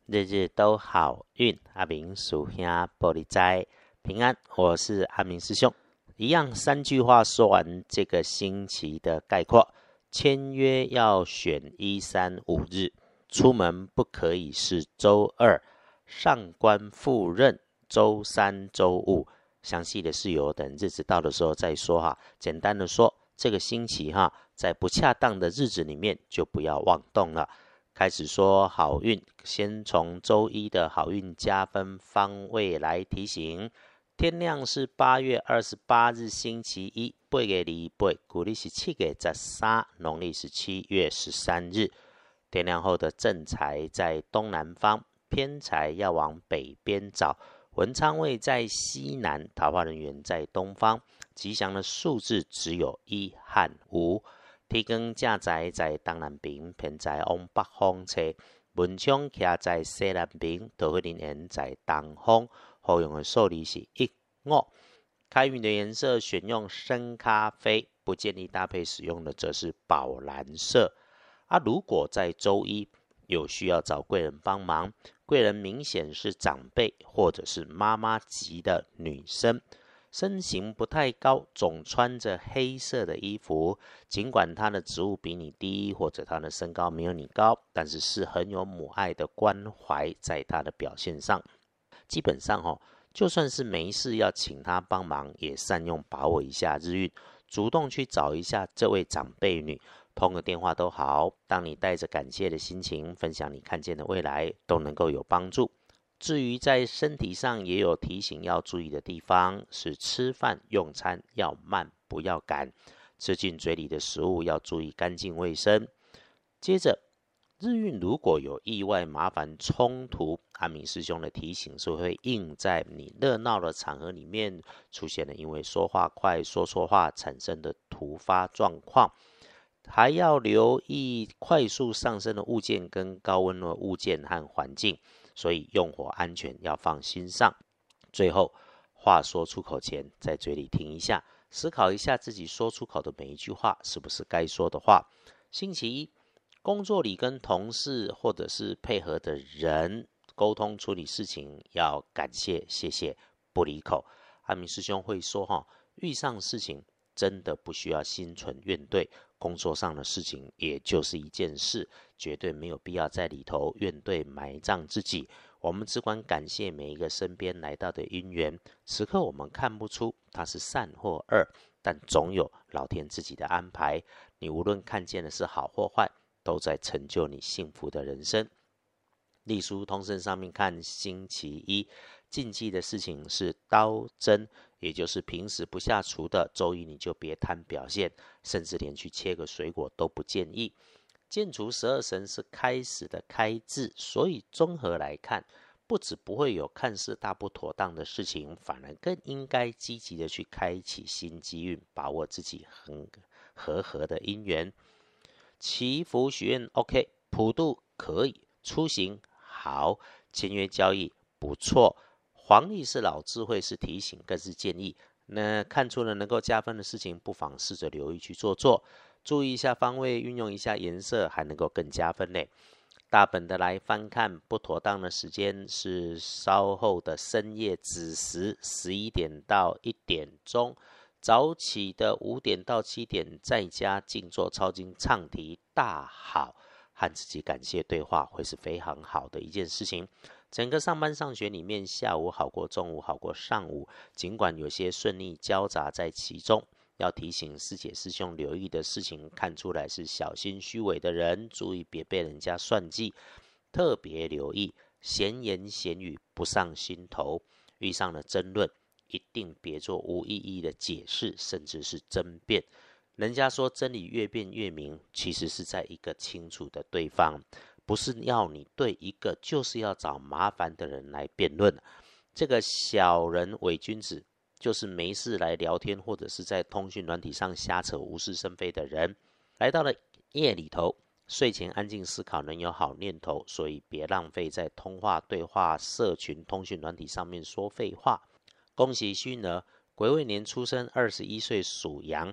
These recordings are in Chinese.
日日都好运。阿明属兄玻璃斋平安，我是阿明师兄。一样3句话说完这个星期的概括。签约要选1、3、5日，出门不可以是周2，上官赴任周3、周5。详细的事由等日子到的时候再说哈。简单的说，这个星期哈，在不恰当的日子里面就不要妄动了。开始说好运，先从周一的好运加分方位来提醒。天亮是8月28日星期一，8月28，古历是7月13，农历是7月13日。天亮后的正财在东南方，偏财要往北边找。文昌位在西南，桃花人缘在东方。吉祥的数字只有1和5。天光正财在东南边，偏财往北方车。文昌徛在西南边，桃花人缘在东方。好用的数字是1、5。开运的颜色选用深咖啡，不建议搭配使用的则是宝蓝色。如果在周一有需要找贵人帮忙，贵人明显是长辈或者是妈妈级的女生，身形不太高，总穿着黑色的衣服，尽管她的职务比你低，或者她的身高没有你高，但是很有母爱的关怀在她的表现上。基本上就算是没事要请她帮忙，也善用把握一下日运，主动去找一下这位长辈女，通个电话都好。当你带着感谢的心情分享你看见的未来，都能够有帮助。至于在身体上也有提醒要注意的地方，是吃饭用餐要慢不要赶，吃进嘴里的食物要注意干净卫生。接着日运如果有意外麻烦冲突，阿明师兄的提醒是会印在你热闹的场合里面出现了因为说话快说错话产生的突发状况，还要留意快速上升的物件跟高温的物件和环境，所以用火安全要放心上。最后，话说出口前在嘴里听一下，思考一下自己说出口的每一句话是不是该说的话。星期一，工作里跟同事或者是配合的人沟通处理事情要感谢谢谢不离口。阿明师兄会说遇上事情真的不需要心存怨怼，工作上的事情也就是一件事，绝对没有必要在里头怨怼埋葬自己。我们只管感谢每一个身边来到的因缘，此刻我们看不出它是善或恶，但总有老天自己的安排。你无论看见的是好或坏，都在成就你幸福的人生。隶书通胜上面看星期一，禁忌的事情是刀针，也就是平时不下厨的，周一你就别贪表现，甚至连去切个水果都不建议。建除12神是开始的开字，所以综合来看，不止不会有看似大不妥当的事情，反而更应该积极的去开启新机运，把握自己和的因缘。祈福许愿 OK， 普渡可以，出行好，签约交易不错。黄历是老智慧，是提醒更是建议。那看出了能够加分的事情，不妨试着留意去做，注意一下方位，运用一下颜色，还能够更加分嘞。大本的来翻看，不妥当的时间是稍后的深夜子时11点到1点钟，早起的5点到7点，在家静坐抄经唱题大好，和自己感谢对话会是非常好的一件事情。整个上班上学里面，下午好过中午，好过上午，尽管有些顺利交杂在其中，要提醒师姐师兄留意的事情，看出来是小心虚伪的人，注意别被人家算计，特别留意闲言闲语不上心头，遇上了争论一定别做无意义的解释，甚至是争辩。人家说真理越辩越明，其实是在一个清楚的对方，不是要你对一个就是要找麻烦的人来辩论。这个小人伪君子，就是没事来聊天，或者是在通讯软体上瞎扯无事生非的人。来到了夜里头，睡前安静思考能有好念头，所以别浪费在通话、对话、社群、通讯软体上面说废话。恭喜虚儿，癸未年出生，21岁属羊，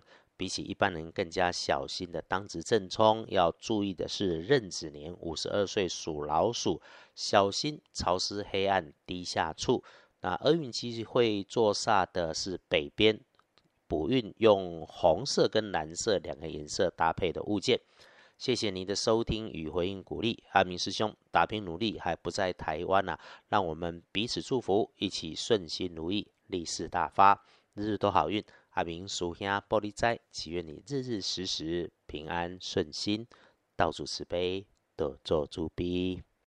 比起一般人更加小心的当值正冲，要注意的是壬子年52岁属老鼠，小心潮湿黑暗低下处。那厄运机会坐煞的是北边，补运用红色跟蓝色两个颜色搭配的物件。谢谢您的收听与回应鼓励，阿明师兄打拼努力还不在台湾啊，让我们彼此祝福，一起顺心如意，利市大发，日日都好运。阿明属兄玻璃斋，祈愿你日日时时平安顺心，道主慈悲，多做主逼。